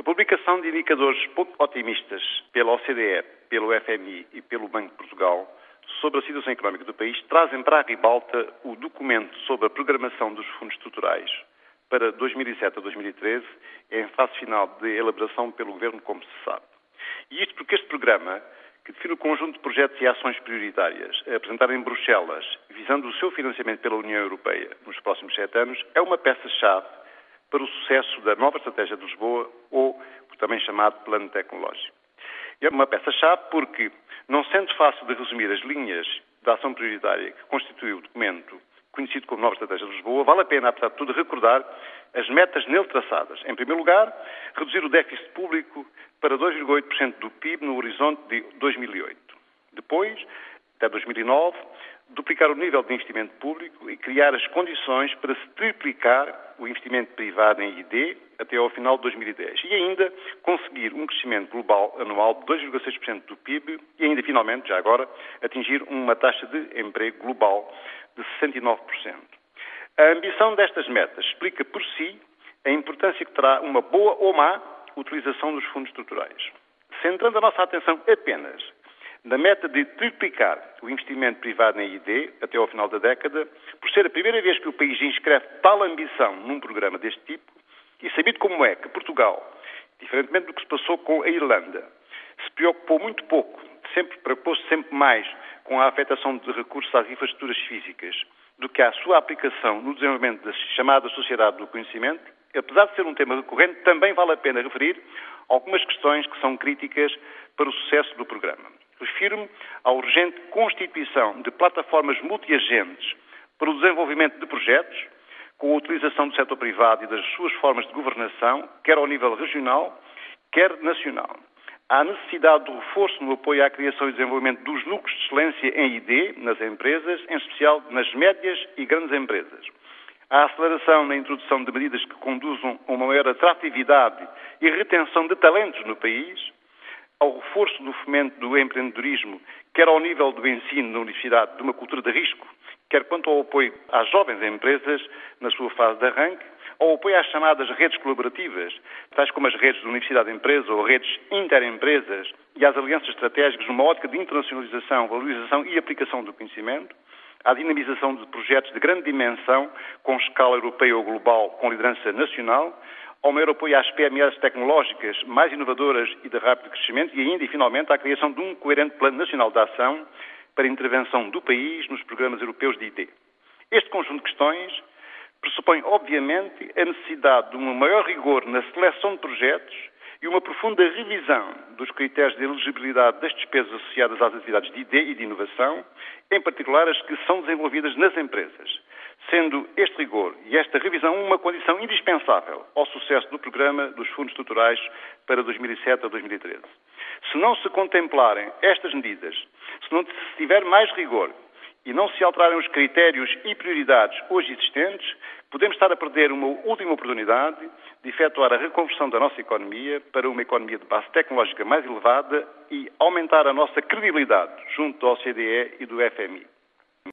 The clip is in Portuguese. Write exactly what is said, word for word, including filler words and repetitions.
publicação de indicadores pouco otimistas pela O C D E, pelo F M I e pelo Banco de Portugal sobre a situação económica do país trazem para a ribalta o documento sobre a programação dos fundos estruturais para dois mil e sete a dois mil e treze, em fase final de elaboração pelo Governo, como se sabe. E isto porque este programa, que define o conjunto de projetos e ações prioritárias a apresentar em Bruxelas, visando o seu financiamento pela União Europeia nos próximos sete anos, é uma peça-chave para o sucesso da nova Estratégia de Lisboa, ou também chamado Plano Tecnológico. É uma peça-chave porque, não sendo fácil de resumir as linhas da ação prioritária que constitui o documento conhecido como Nova Estratégia de Lisboa, vale a pena, apesar de tudo, recordar as metas nele traçadas. Em primeiro lugar, reduzir o déficit público para dois vírgula oito por cento do P I B no horizonte de dois mil e oito. Depois, até dois mil e nove, duplicar o nível de investimento público e criar as condições para se triplicar o investimento privado em I D até ao final de dois mil e dez. E ainda conseguir um crescimento global anual de dois vírgula seis por cento do P I B e ainda, finalmente, já agora, atingir uma taxa de emprego global de sessenta e nove por cento. A ambição destas metas explica por si a importância que terá uma boa ou má utilização dos fundos estruturais. Centrando a nossa atenção apenas na meta de triplicar o investimento privado em I D até ao final da década, por ser a primeira vez que o país inscreve tal ambição num programa deste tipo, e sabido como é que Portugal, diferentemente do que se passou com a Irlanda, se preocupou muito pouco, sempre preocupou-se sempre mais com a afetação de recursos às infraestruturas físicas do que à sua aplicação no desenvolvimento da chamada sociedade do conhecimento, apesar de ser um tema recorrente, também vale a pena referir algumas questões que são críticas para o sucesso do programa. Refiro-me à urgente constituição de plataformas multiagentes para o desenvolvimento de projetos, com a utilização do setor privado e das suas formas de governação, quer ao nível regional, quer nacional. Há necessidade do reforço no apoio à criação e desenvolvimento dos núcleos de excelência em I D nas empresas, em especial nas médias e grandes empresas. Há aceleração na introdução de medidas que conduzam a uma maior atratividade e retenção de talentos no país, ao reforço do fomento do empreendedorismo, quer ao nível do ensino na universidade de uma cultura de risco, quer quanto ao apoio às jovens empresas na sua fase de arranque, ao apoio às chamadas redes colaborativas, tais como as redes de universidade de empresa ou redes interempresas e às alianças estratégicas numa ótica de internacionalização, valorização e aplicação do conhecimento, à dinamização de projetos de grande dimensão com escala europeia ou global com liderança nacional, ao maior apoio às P M Es tecnológicas mais inovadoras e de rápido crescimento e ainda e finalmente à criação de um coerente plano nacional de ação para a intervenção do país nos programas europeus de I T. Este conjunto de questões pressupõe, obviamente, a necessidade de um maior rigor na seleção de projetos e uma profunda revisão dos critérios de elegibilidade das despesas associadas às atividades de I D e de inovação, em particular as que são desenvolvidas nas empresas, sendo este rigor e esta revisão uma condição indispensável ao sucesso do programa dos fundos estruturais para dois mil e sete a dois mil e treze. Se não se contemplarem estas medidas, se não se tiver mais rigor e não se alterarem os critérios e prioridades hoje existentes, podemos estar a perder uma última oportunidade de efetuar a reconversão da nossa economia para uma economia de base tecnológica mais elevada e aumentar a nossa credibilidade junto da O C D E e do F M I.